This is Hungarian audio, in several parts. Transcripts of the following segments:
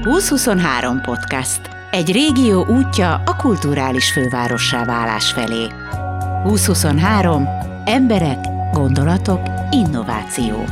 2023 podcast. Egy régió útja a kulturális fővárossá válás felé. 2023. Emberek, gondolatok, innováció.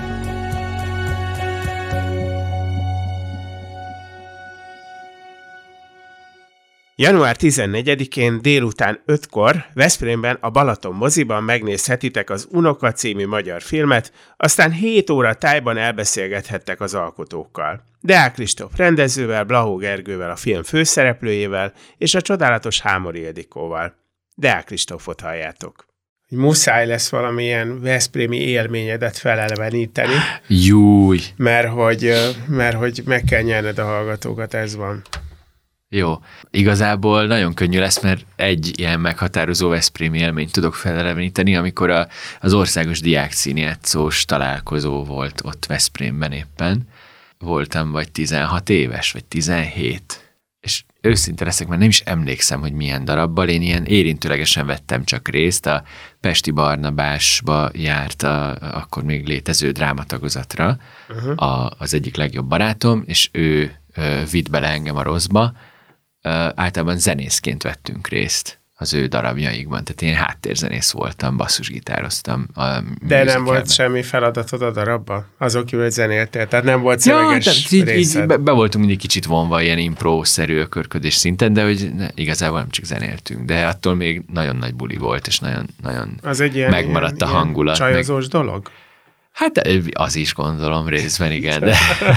Január 14-én délután 5-kor Veszprémben a Balaton moziban megnézhetitek az Unoka című magyar filmet, aztán 7 óra tájban elbeszélgethettek az alkotókkal. Deák Kristóf rendezővel, Blahó Gergővel a film főszereplőjével és a csodálatos Hámori Ildikóval. Deák Kristófot halljátok. Muszáj lesz valamilyen veszprémi élményedet feleleveníteni. Júj! Mert hogy meg kell nyerned a hallgatókat, ez van. Jó. Igazából nagyon könnyű lesz, mert egy ilyen meghatározó veszprémi élményt tudok feleleveníteni, amikor az országos diákszínjátszós találkozó volt ott Veszprémben éppen. Voltam vagy 16 éves, vagy 17. És őszinte leszek, mert nem is emlékszem, hogy milyen darabbal. Én ilyen érintőlegesen vettem csak részt. A Pesti Barnabásba járt akkor még létező drámatagozatra az egyik legjobb barátom, és ő vitt bele engem a rosszba. Általában zenészként vettünk részt az ő darabjaikban, tehát én háttérzenész voltam, basszusgitároztam. De nem volt semmi feladatod a darabba? Azok kívül, hogy zenéltél, tehát nem volt szöveges részed? Így be voltunk mindig kicsit vonva ilyen impro-szerű ökörködés szinten, de hogy igazából nem csak zenéltünk, de attól még nagyon nagy buli volt, és nagyon az egy ilyen, megmaradt a hangulat. Csajozós dolog? Hát az is gondolom részben, igen. De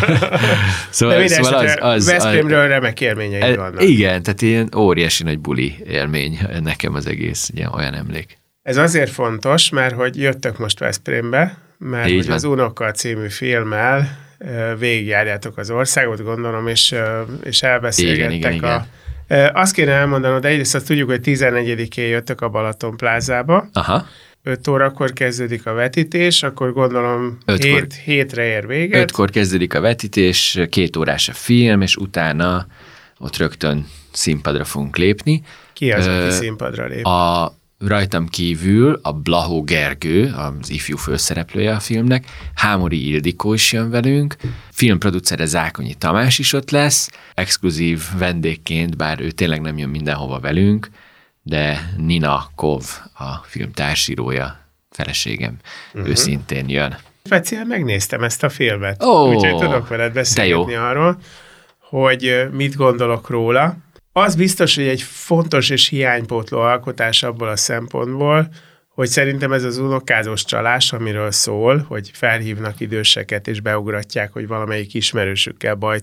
szóval az Veszprémről remek élményei vannak. Igen, tehát ilyen óriási nagy buli élmény nekem az egész, ugye, olyan emlék. Ez azért fontos, mert hogy jöttök most Veszprémbe, mert hogy az Unoka című filmmel végigjárjátok az országot, gondolom, és elbeszélgettek igen. Azt kéne elmondanod, egyrészt azt tudjuk, hogy 14-én jöttök a Balaton plázába. Aha. 5 órakor kezdődik a vetítés, akkor gondolom 7-re ér véget. 5-kor kezdődik a vetítés, 2 órás a film, és utána ott rögtön színpadra fogunk lépni. Ki az, aki színpadra lép? Rajtam kívül a Blahó Gergő, az ifjú főszereplője a filmnek, Hámori Ildikó is jön velünk, filmproducere Zákonyi Tamás is ott lesz, exkluzív vendégként, bár ő tényleg nem jön mindenhova velünk, de Nina Kov, a film társírója, feleségem, ő szintén jön. Speciál megnéztem ezt a filmet, úgyhogy tudok veled beszélgetni arról, hogy mit gondolok róla. Az biztos, hogy egy fontos és hiánypótló alkotás abból a szempontból, hogy szerintem ez az unokázós csalás, amiről szól, hogy felhívnak időseket és beugratják, hogy valamelyik ismerősükkel baj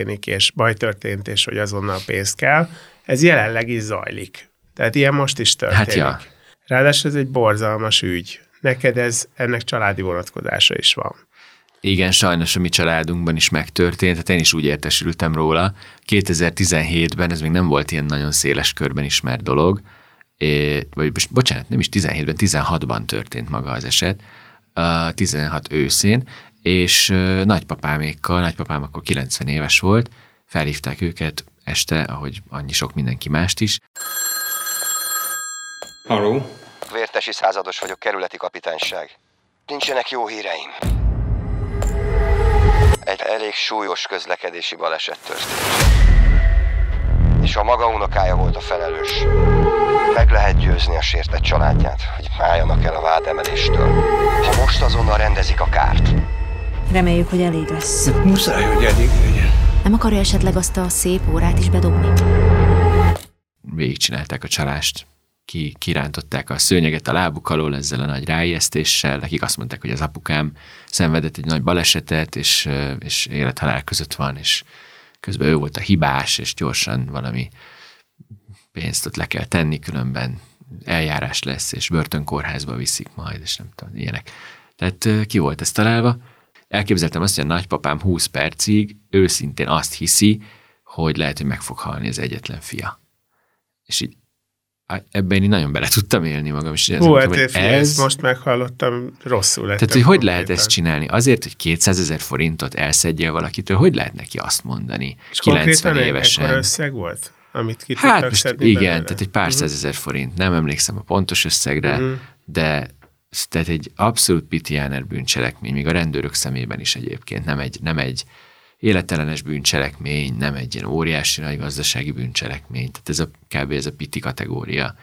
történt, és hogy azonnal pénzt kell, ez jelenleg is zajlik. Tehát ilyen most is történik. Hát ja. Ráadásul ez egy borzalmas ügy. Neked ennek családi vonatkozása is van. Igen, sajnos a mi családunkban is megtörtént, tehát én is úgy értesültem róla. 2017-ben ez még nem volt ilyen nagyon széles körben ismert dolog, bocsánat, nem is 17-ben, 16-ban történt maga az eset, 16 őszén, és nagypapám akkor 90 éves volt, felhívták őket este, ahogy annyi sok mindenki mást is. Halló? Vértesi százados vagyok, kerületi kapitányság. Nincsenek jó híreim. Egy elég súlyos közlekedési baleset történt. És a maga unokája volt a felelős. Meg lehet győzni a sértett családját, hogy álljanak el a vádemeléstől. Ha most azonnal rendezik a kárt. Reméljük, hogy elég lesz. Muszáj, hogy elég legyen. Nem akarja esetleg azt a szép órát is bedobni? Végigcsinálták a csalást. Kirántották a szőnyeget a lábuk alól ezzel a nagy ráijesztéssel, nekik azt mondták, hogy az apukám szenvedett egy nagy balesetet, és élet-halál között van, és közben ő volt a hibás, és gyorsan valami pénzt ott le kell tenni, különben eljárás lesz, és börtönkórházba viszik majd, és nem tudom, ilyenek. Tehát ki volt ez találva? Elképzeltem azt, hogy a nagypapám 20 percig őszintén azt hiszi, hogy lehet, hogy meg fog halni az egyetlen fia. És így ebben én nagyon bele tudtam élni magam, és ezt most meghallottam, rosszul lettem. Tehát, hogy lehet ezt csinálni? Azért, hogy 200 000 forintot elszedjél valakitől, hogy lehet neki azt mondani? És 90 évesen. Ekkora összeg volt, amit ki tudtak szedni igen, belőle? Tehát egy pár százezer forint, nem emlékszem a pontos összegre, de tehát egy abszolút pitiáner bűncselekmény, még a rendőrök szemében is egyébként, nem egy életellenes bűncselekmény, nem egy ilyen óriási nagy gazdasági bűncselekmény. Tehát kb. Ez a piti kategória.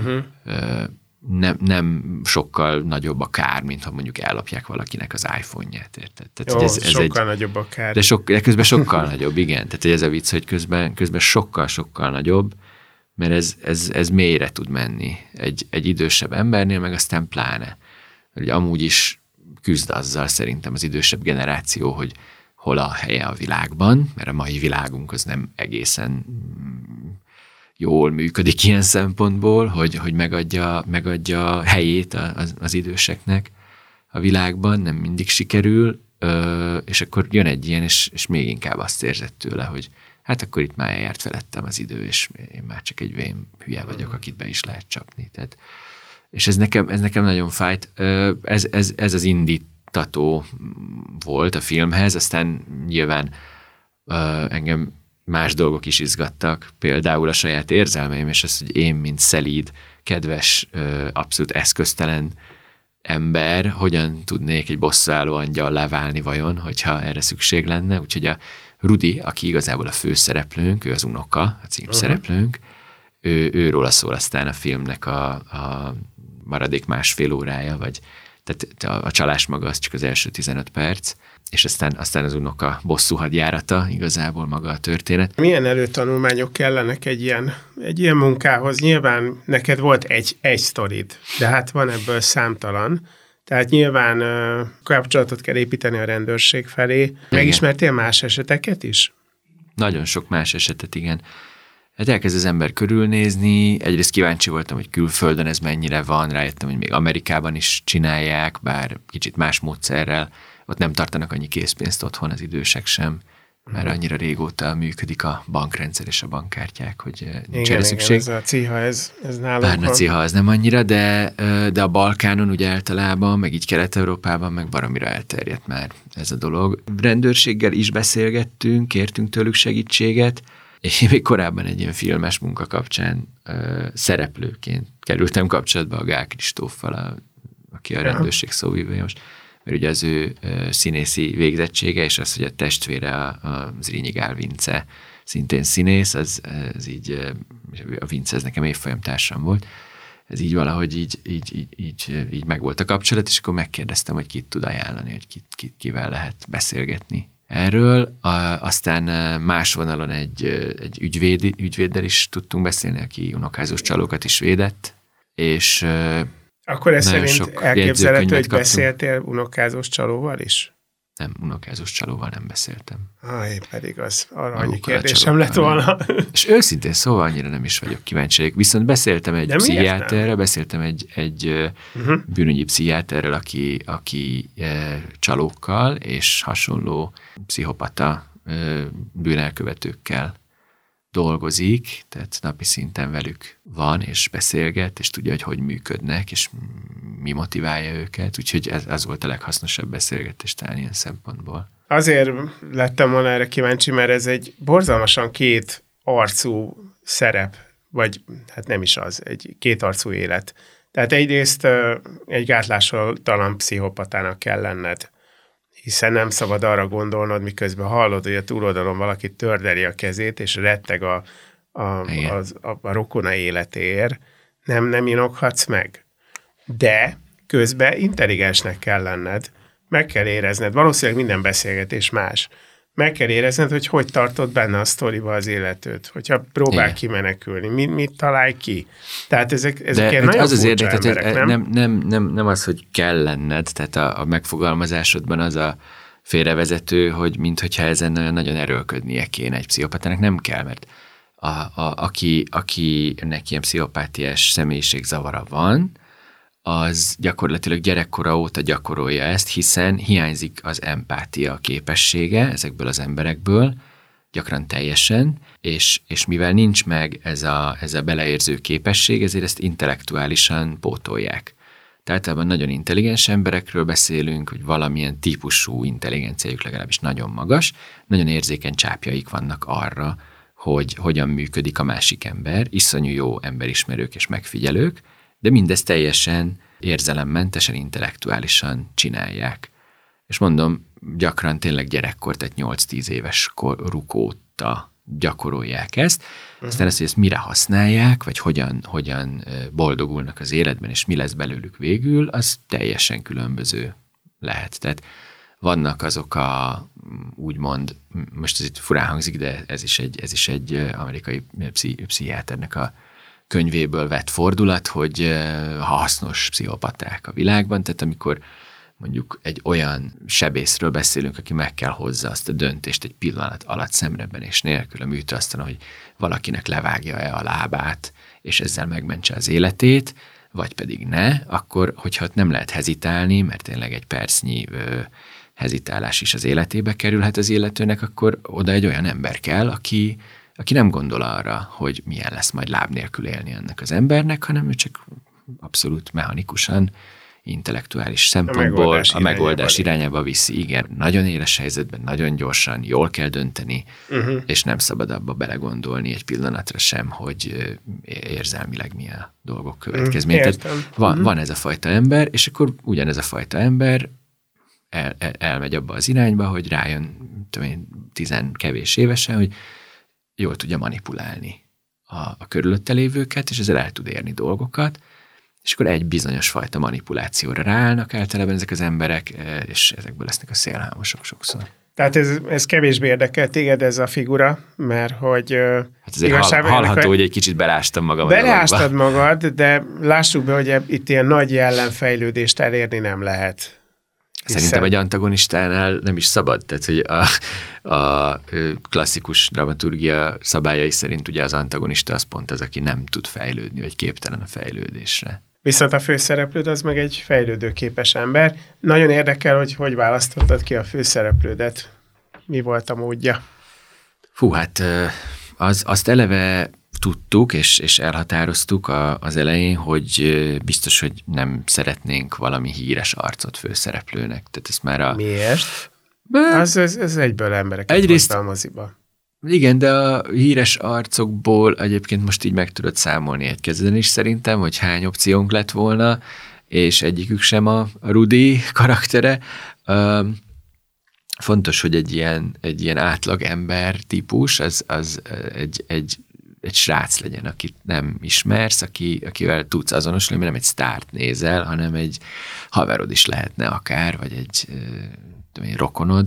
Nem sokkal nagyobb a kár, mint ha mondjuk ellopják valakinek az iPhone-ját, érted? Tehát, jó, ez sokkal nagyobb a kár. De közben sokkal nagyobb, igen. Tehát ez a vicc, hogy közben sokkal nagyobb, mert ez mélyre tud menni egy idősebb embernél, meg aztán pláne. Ugye amúgy is küzd azzal szerintem az idősebb generáció, hogy hol a helye a világban, mert a mai világunk az nem egészen jól működik ilyen szempontból, hogy megadja helyét az időseknek a világban, nem mindig sikerül, és akkor jön egy ilyen, és még inkább azt érzed tőle, hogy hát akkor itt már eljárt felettem az idő, és én már csak egy vén hülye vagyok, akit be is lehet csapni. Tehát, és ez nekem nagyon fájt. Ez az indítató volt a filmhez, aztán nyilván engem más dolgok is izgattak, például a saját érzelmeim, és az, hogy én, mint szelíd, kedves, abszolút eszköztelen ember, hogyan tudnék egy bosszúálló angyallá válni vajon, hogyha erre szükség lenne. Úgyhogy a Rudi, aki igazából a főszereplőnk, ő az unoka, a címszereplőnk, őróla szól aztán a filmnek a maradék másfél órája, vagy tehát a csalás maga az csak az első 15 perc, és aztán az unoka bosszú hadjárata, igazából maga a történet. Milyen előtanulmányok kellenek egy ilyen munkához? Nyilván neked volt egy sztorid, de hát van ebből számtalan. Tehát nyilván kapcsolatot kell építeni a rendőrség felé. Megismertél más eseteket is? Nagyon sok más esetet, igen. Hát elkezd az ember körülnézni, egyrészt kíváncsi voltam, hogy külföldön ez mennyire van, rájöttem, hogy még Amerikában is csinálják, bár kicsit más módszerrel, ott nem tartanak annyi készpénzt otthon az idősek sem, mert annyira régóta működik a bankrendszer és a bankkártyák, hogy nincs erre szükség. Igen, ez a ciha, ez nálunk van. Bár a ciha az nem annyira, de a Balkánon ugye általában, meg így Kelet-Európában meg baromira elterjedt már ez a dolog. Rendőrséggel is beszélgettünk, kértünk tőlük segítséget, és én még korábban egy ilyen filmes munka kapcsán szereplőként kerültem kapcsolatba a Gál Kristóffal, aki a rendőrség szóvivője most, mert ugye az ő színészi végzettsége, és az, hogy a testvére, a Zrínyi Gál Vince szintén színész, az így, a Vince ez nekem évfolyamtársam volt, ez így valahogy így meg volt a kapcsolat, és akkor megkérdeztem, hogy kit tud ajánlani, hogy kivel lehet beszélgetni erről. Aztán más vonalon egy ügyvéddel is tudtunk beszélni, aki unokázós csalókat is védett, és akkor ez szerint elképzelhető, hogy beszéltél unokázós csalóval is? Nem, unokázós csalóval nem beszéltem. Én pedig arra annyi kérdésem lett volna. És őszintén szóval annyira nem is vagyok kíváncsi. Viszont beszéltem egy pszichiáterrel, beszéltem egy bűnügyi pszichiáterrel, aki csalókkal és hasonló pszichopata bűnelkövetőkkel dolgozik, tehát napi szinten velük van, és beszélget, és tudja, hogy működnek, és mi motiválja őket, úgyhogy ez volt a leghasznosabb beszélgetés talán ilyen szempontból. Azért lettem volna erre kíváncsi, mert ez egy borzalmasan két arcú szerep, vagy hát nem is az, egy kétarcú élet. Tehát egyrészt egy gátlástalan pszichopatának kell lenned, hiszen nem szabad arra gondolnod, miközben hallod, hogy a túloldalon valaki tördeli a kezét, és retteg a rokona életéért, nem inoghatsz meg. De közben intelligensnek kell lenned, meg kell érezned, valószínűleg minden beszélgetés más, meg kell érezned, hogy tartod benne a sztoriba az életőt, hogyha próbál kimenekülni, mit találj ki. Tehát ezek ilyen nagyon az furcsa emberek, nem az, hogy kell lenned, tehát a megfogalmazásodban az a félrevezető, hogy minthogyha ezen nagyon erőlködnie kéne egy pszichopatának, nem kell, mert akinek ilyen pszichopátiás személyiségzavara van, az gyakorlatilag gyerekkora óta gyakorolja ezt, hiszen hiányzik az empátia képessége ezekből az emberekből, gyakran teljesen, és mivel nincs meg ez a beleérző képesség, ezért ezt intellektuálisan pótolják. Tehát általában nagyon intelligens emberekről beszélünk, hogy valamilyen típusú intelligenciájuk legalábbis nagyon magas, nagyon érzékeny csápjaik vannak arra, hogy hogyan működik a másik ember, iszonyú jó emberismerők és megfigyelők, de mindezt teljesen érzelemmentesen, intellektuálisan csinálják. És mondom, gyakran tényleg gyerekkor, tehát 8-10 éves koruk óta gyakorolják ezt. Aztán ezt, hogy ezt mire használják, vagy hogyan boldogulnak az életben, és mi lesz belőlük végül, az teljesen különböző lehet. Tehát vannak azok a, úgymond, most ez itt furán hangzik, de ez is egy amerikai pszichiáternek a könyvéből vett fordulat, hogy hasznos pszichopaták a világban, tehát amikor mondjuk egy olyan sebészről beszélünk, aki meg kell hozza azt a döntést egy pillanat alatt szemrebenés nélkül a műtőasztalon, hogy valakinek levágja-e a lábát, és ezzel megmentse az életét, vagy pedig ne, akkor, hogyha nem lehet hezitálni, mert tényleg egy percnyi hezitálás is az életébe kerülhet az illetőnek, akkor oda egy olyan ember kell, aki nem gondol arra, hogy milyen lesz majd láb nélkül élni ennek az embernek, hanem ő csak abszolút mechanikusan, intellektuális szempontból a megoldás irányába viszi. Igen, nagyon éles helyzetben, nagyon gyorsan, jól kell dönteni, és nem szabad abba belegondolni egy pillanatra sem, hogy érzelmileg mi a dolgok következménye. Tehát van ez a fajta ember, és akkor ugyanez a fajta ember elmegy abba az irányba, hogy rájön 10 kevés évesen, hogy jól tudja manipulálni a körülötte lévőket, és ezzel el tud érni dolgokat, és akkor egy bizonyos fajta manipulációra ráállnak általában ezek az emberek, és ezekből lesznek a szélhámosok sokszor. Tehát ez kevésbé érdekel téged ez a figura, mert hogy... Hát azért hallható, hogy egy kicsit belástam magam. Belástad magad, de lássuk be, hogy itt ilyen nagy jellemfejlődést elérni nem lehet. Szerintem egy antagonistánál nem is szabad, tehát hogy a klasszikus dramaturgia szabályai szerint ugye az antagonista az pont az, aki nem tud fejlődni, vagy képtelen a fejlődésre. Viszont a főszereplőd az meg egy fejlődőképes ember. Nagyon érdekel, hogy választottad ki a főszereplődet. Mi volt a módja? Fú, hát azt eleve tudtuk, és elhatároztuk az elején, hogy biztos, hogy nem szeretnénk valami híres arcot főszereplőnek. Tehát ez már Miért? Ez egyből embereket hozta a moziba. Igen, de a híres arcokból egyébként most így meg tudod számolni egy kezeden is szerintem, hogy hány opciónk lett volna, és egyikük sem a Rudi karaktere. Fontos, hogy egy ilyen átlag ember típus, az egy srác legyen, akit nem ismersz, akivel tudsz azonosulni, mert nem egy sztárt nézel, hanem egy haverod is lehetne akár, vagy egy rokonod.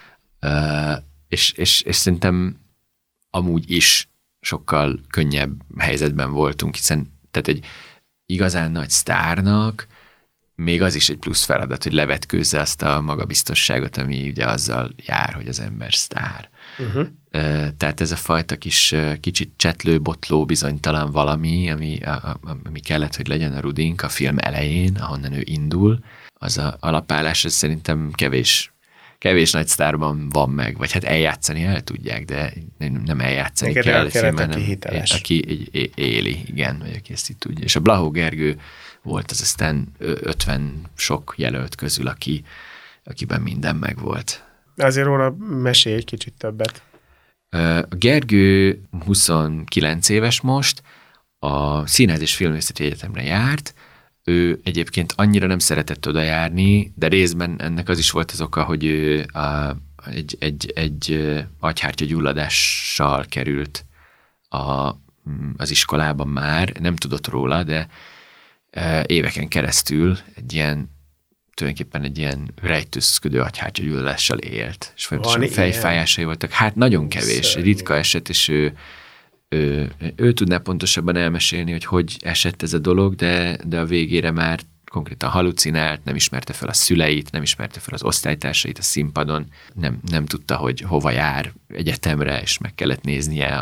És szerintem amúgy is sokkal könnyebb helyzetben voltunk, hiszen tehát egy igazán nagy sztárnak még az is egy plusz feladat, hogy levetkőzze azt a magabiztosságot, ami ugye azzal jár, hogy az ember sztár. Tehát ez a fajta kicsit csetlő, botló, bizonytalan valami, ami kellett, hogy legyen a Rudink a film elején, ahonnan ő indul, az a alapállás, ez szerintem kevés nagy sztárban van meg, vagy hát eljátszani el tudják, de nem eljátszani kell egy filmben, aki éli, igen, vagy aki ezt így tudja. És a Blahó Gergő volt az aztán 50 sok jelölt közül, akiben minden megvolt. Azért róla mesélj egy kicsit többet. A Gergő 29 éves most, a Színház és Filmvészeti Egyetemre járt, ő egyébként annyira nem szeretett oda járni, de részben ennek az is volt az oka, hogy ő egy agyhártyagyulladással került az iskolában már, nem tudott róla, de éveken keresztül tulajdonképpen egy ilyen rejtőzködő agyhártyagyulladással élt, és folyamatosan fejfájásai voltak. Hát nagyon kevés, ritka eset, és ő tudná pontosabban elmesélni, hogy esett ez a dolog, de a végére már konkrétan halucinált, nem ismerte fel a szüleit, nem ismerte fel az osztálytársait a színpadon, nem tudta, hogy hova jár egyetemre, és meg kellett néznie,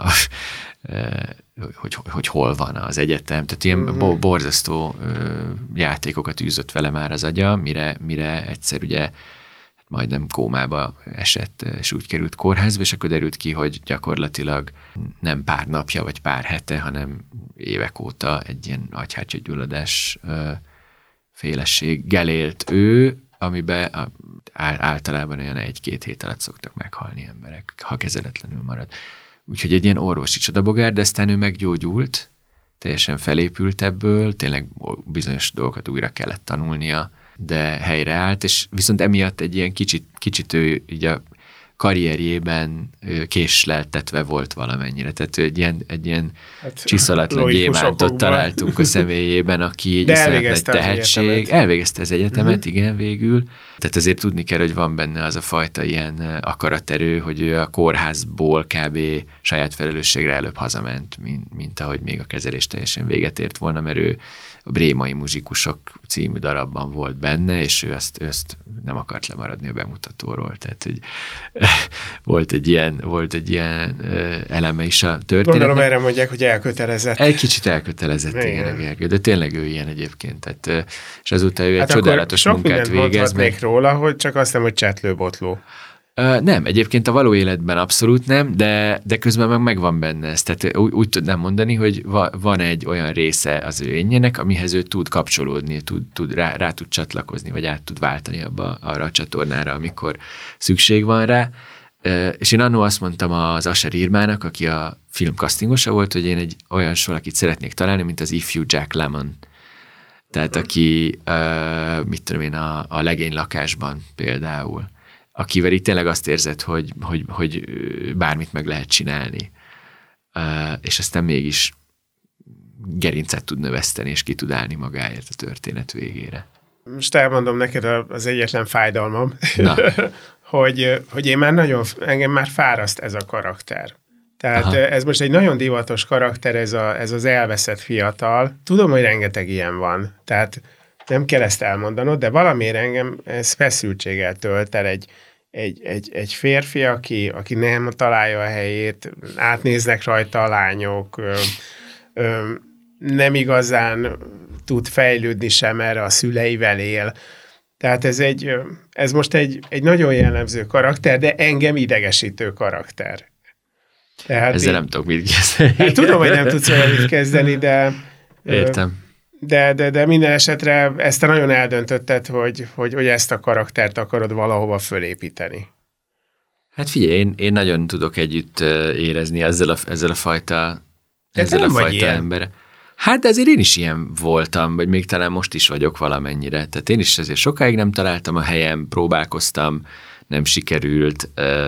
hogy hol van az egyetem. Tehát ilyen borzasztó játékokat űzött vele már az agya, mire egyszer ugye majdnem kómába esett, és úgy került kórházba, és akkor derült ki, hogy gyakorlatilag nem pár napja, vagy pár hete, hanem évek óta egy ilyen agyhártyagyulladás félességgel élt ő, amiben általában olyan 1-2 hét alatt szoktak meghalni emberek, ha kezeletlenül marad. Úgyhogy egy ilyen orvosi csodabogár, de aztán ő meggyógyult, teljesen felépült ebből, tényleg bizonyos dolgokat újra kellett tanulnia, de helyreállt, és viszont emiatt egy ilyen kicsit ő így a karrierjében késleltetve volt valamennyire. Tehát egy ilyen csiszolatlan gyémántot találtunk a személyében, aki egy iszonyat nagy tehetség. Elvégezte az egyetemet, igen, végül. Tehát azért tudni kell, hogy van benne az a fajta ilyen akaraterő, hogy ő a kórházból kb. Saját felelősségre előbb hazament, mint ahogy még a kezelés teljesen véget ért volna, mert ő a Brémai Muzsikusok című darabban volt benne, és ő ezt nem akart lemaradni a bemutatóról. Tehát, hogy volt egy ilyen eleme is a történetnek. Gondolom erre mondják, hogy elkötelezett. Egy kicsit elkötelezett, igen, de tényleg ő ilyen egyébként. Tehát, és azóta ő egy csodálatos munkát végez. Még róla, hogy csak azt nem, hogy csetlőbotló. Nem, egyébként a való életben abszolút nem, de közben megvan benne ez. Tehát úgy tudnám mondani, hogy van egy olyan része az ő énjének, amihez ő tud kapcsolódni, rá tud csatlakozni, vagy át tud váltani arra a csatornára, amikor szükség van rá. És én annól azt mondtam az Asher Irmának, aki a film castingosa volt, hogy én egy olyan valakit szeretnék találni, mint az ifjú Jack Lemmon. Tehát aki, mit tudom én, a Legény lakásban például, akivel itt tényleg azt érzed, hogy bármit meg lehet csinálni, és aztán mégis gerincet tud növeszteni, és ki tud állni magáért a történet végére. Most elmondom neked az egyetlen fájdalmam, hogy engem már fáraszt ez a karakter. Tehát ez most egy nagyon divatos karakter, ez az elveszett fiatal. Tudom, hogy rengeteg ilyen van, tehát nem kell ezt elmondanod, de valamiért engem ez feszültséggel tölt el egy férfi, aki nem találja a helyét, átnéznek rajta a lányok, nem igazán tud fejlődni sem, erre a szüleivel él. Tehát ez most egy nagyon jellemző karakter, de engem idegesítő karakter. Tehát ezzel nem tudok mit kezdeni. Hát tudom, hogy nem tudsz olyan mit kezdeni, de... Értem. De minden esetre ezt te nagyon eldöntötted, hogy ezt a karaktert akarod valahova fölépíteni. Hát figyelj, én nagyon tudok együtt érezni ezzel a fajta emberre. Hát de azért én is ilyen voltam, vagy még talán most is vagyok valamennyire. Tehát én is azért sokáig nem találtam a helyem, próbálkoztam, nem sikerült,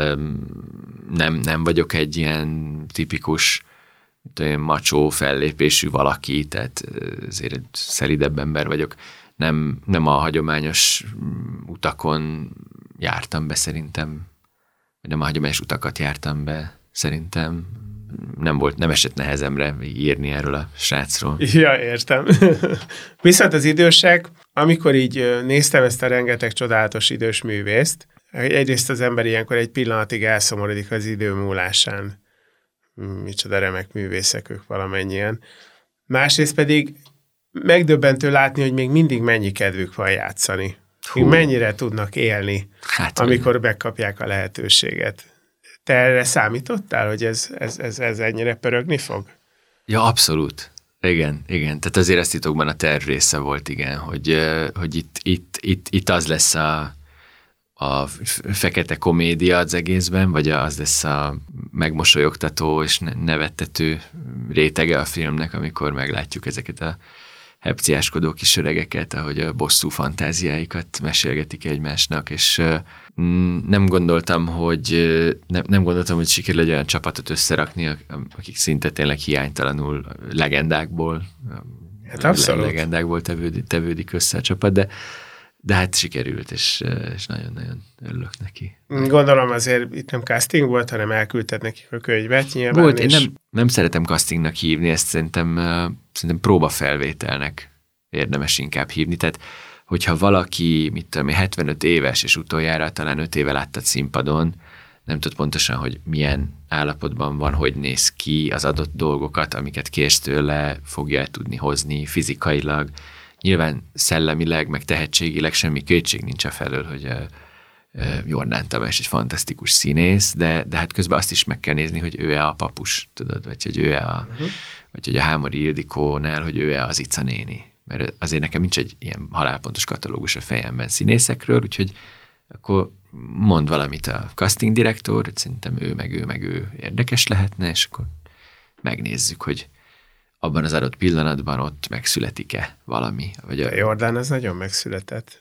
nem vagyok egy ilyen tipikus macsó fellépésű valaki, tehát azért egy szelidebb ember vagyok. Nem a hagyományos utakon jártam be szerintem, vagy nem a hagyományos utakat jártam be szerintem. Nem esett nehezemre írni erről a srácról. Ja, értem. Viszont az idősek, amikor így néztem ezt a rengeteg csodálatos idős művészt, egyrészt az ember ilyenkor egy pillanatig elszomorodik az idő múlásán. Micsoda remek művészek ők valamennyien. Másrészt pedig megdöbbentő látni, hogy még mindig mennyi kedvük van játszani. Még mennyire tudnak élni, amikor megkapják a lehetőséget. Te erre számítottál, hogy ez ennyire pörögni fog? Ja, abszolút. Igen. Tehát azért ez titokban a terv része volt, igen, hogy itt az lesz a fekete komédia az egészben, vagy az lesz a megmosolyogtató és nevettető rétege a filmnek, amikor meglátjuk ezeket a hepciáskodó kis öregeket, ahogy a bosszú fantáziáikat mesélgetik egymásnak, és nem gondoltam, hogy sikerül egy olyan csapatot összerakni, akik szinte tényleg hiánytalanul legendákból, legendákból tevődik össze a csapat, de hát sikerült, és nagyon-nagyon örülök neki. Gondolom azért itt nem casting volt, hanem elküldted nekik a könyvet nyilván. Volt, én nem szeretem castingnak hívni, ezt szerintem próbafelvételnek érdemes inkább hívni. Tehát, hogyha valaki, 75 éves, és utoljára talán 5 éve láttad színpadon, nem tud pontosan, hogy milyen állapotban van, hogy néz ki az adott dolgokat, amiket kérsz tőle, fogja tudni hozni fizikailag. Nyilván szellemileg, meg tehetségileg semmi kétség nincs a felől, hogy Jordán Tamás egy fantasztikus színész, de hát közben azt is meg kell nézni, hogy ő-e a papus, tudod, vagy hogy ő-e vagy hogy a Hámori Ildikónál, hogy ő-e az Ica néni. Mert azért nekem nincs egy ilyen halálpontos katalógus a fejemben színészekről, úgyhogy akkor mond valamit a casting direktor, hogy szerintem ő meg ő érdekes lehetne, és akkor megnézzük, hogy abban az adott pillanatban ott megszületik-e valami. Vagy a Jordán az nagyon megszületett.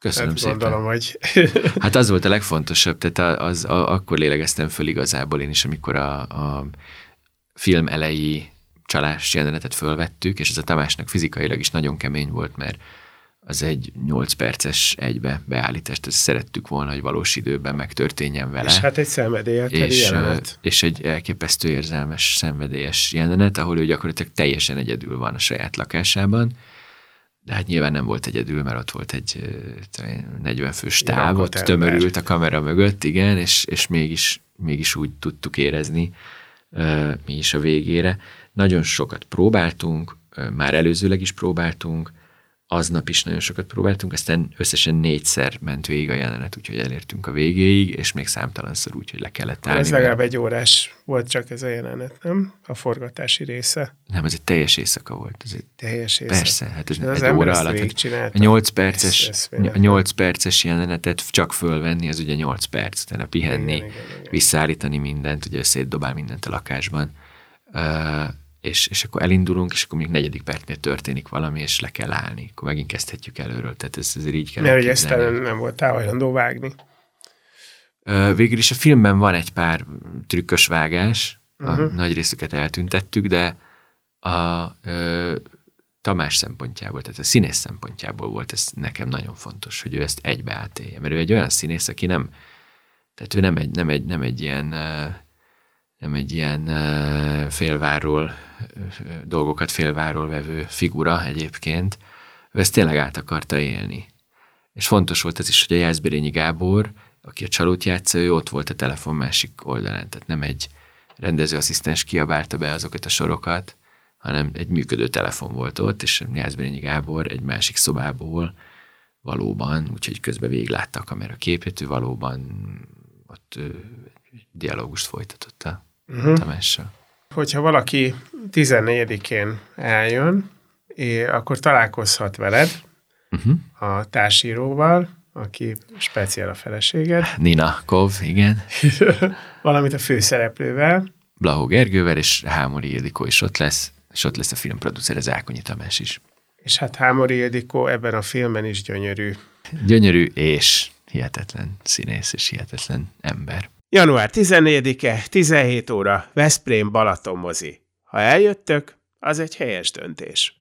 Köszönöm szépen. Gondolom, hogy... Hát az volt a legfontosabb, tehát akkor lélegeztem föl igazából én is, amikor a film elejé csalás jelenetet fölvettük, és ez a Tamásnak fizikailag is nagyon kemény volt, mert az egy 8 perces egybe beállítást, ezt szerettük volna, hogy valós időben megtörténjen vele. És hát egy szenvedélyes jelenet. És egy elképesztő érzelmes, szenvedélyes jelenet, ahol ő gyakorlatilag teljesen egyedül van a saját lakásában, de hát nyilván nem volt egyedül, mert ott volt egy 40 fős táv, ott tömörült a kamera mögött, igen, és mégis úgy tudtuk érezni mi is a végére. Nagyon sokat próbáltunk, már előzőleg is próbáltunk, aznap is nagyon sokat próbáltunk, aztán összesen 4-szer ment végig a jelenet, úgyhogy elértünk a végéig, és még számtalanszor úgy, hogy le kellett állni. Ez legalább 1 órás volt csak ez a jelenet, nem? A forgatási része. Nem, ez egy teljes éjszaka volt. Ez egy teljes éjszaka. Persze, hát ez egy óra alatt. A 8 perces jelenetet csak fölvenni, az ugye 8 perc, utána pihenni, igen. Visszaállítani mindent, ugye szétdobál mindent a lakásban. És akkor elindulunk, és akkor még 4. percnél történik valami, és le kell állni. Akkor megint kezdhetjük előről. Tehát ez így kell. Mert ezt nem voltál hajlandó vágni. Végül is a filmben van egy pár trükkös vágás, a nagy részüket eltüntettük, de a Tamás szempontjából, tehát a színész szempontjából volt ez nekem nagyon fontos, hogy ő ezt egybe átélje. Mert ő egy olyan színész, aki tehát ő nem egy ilyen félvárról, dolgokat félvárról vevő figura egyébként, ő ezt tényleg át akarta élni. És fontos volt ez is, hogy a Jászberényi Gábor, aki a csalót játsza, ő ott volt a telefon másik oldalán, tehát nem egy rendezőasszisztens kiabálta be azokat a sorokat, hanem egy működő telefon volt ott, és Jászberényi Gábor egy másik szobából valóban, úgyhogy közben végiglátta a kamera képét, ő valóban ott dialógust folytatott a Tamással. Hogyha valaki 14-én eljön, akkor találkozhat veled a társíróval, aki speciál a feleséged. Nina Kov, igen. Valamint a főszereplővel. Blahó Gergővel, és Hámori Ildikó is ott lesz, és ott lesz a filmproducer, az Ákonyi Tamás is. És hát Hámori Ildikó ebben a filmben is gyönyörű. Gyönyörű és hihetetlen színész, és hihetetlen ember. Január 14-e, 17 óra, Veszprém Balaton mozi. Ha eljöttök, az egy helyes döntés.